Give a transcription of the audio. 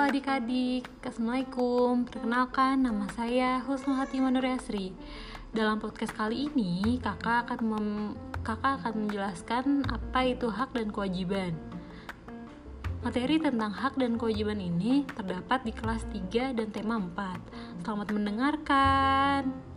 adik-adik, Assalamualaikum. Perkenalkan, nama saya Husnul Hatimah Nuryasri. Dalam podcast kali ini, kakak akan menjelaskan apa itu hak dan kewajiban. Materi tentang hak dan kewajiban ini terdapat di kelas 3 dan tema 4. Selamat mendengarkan.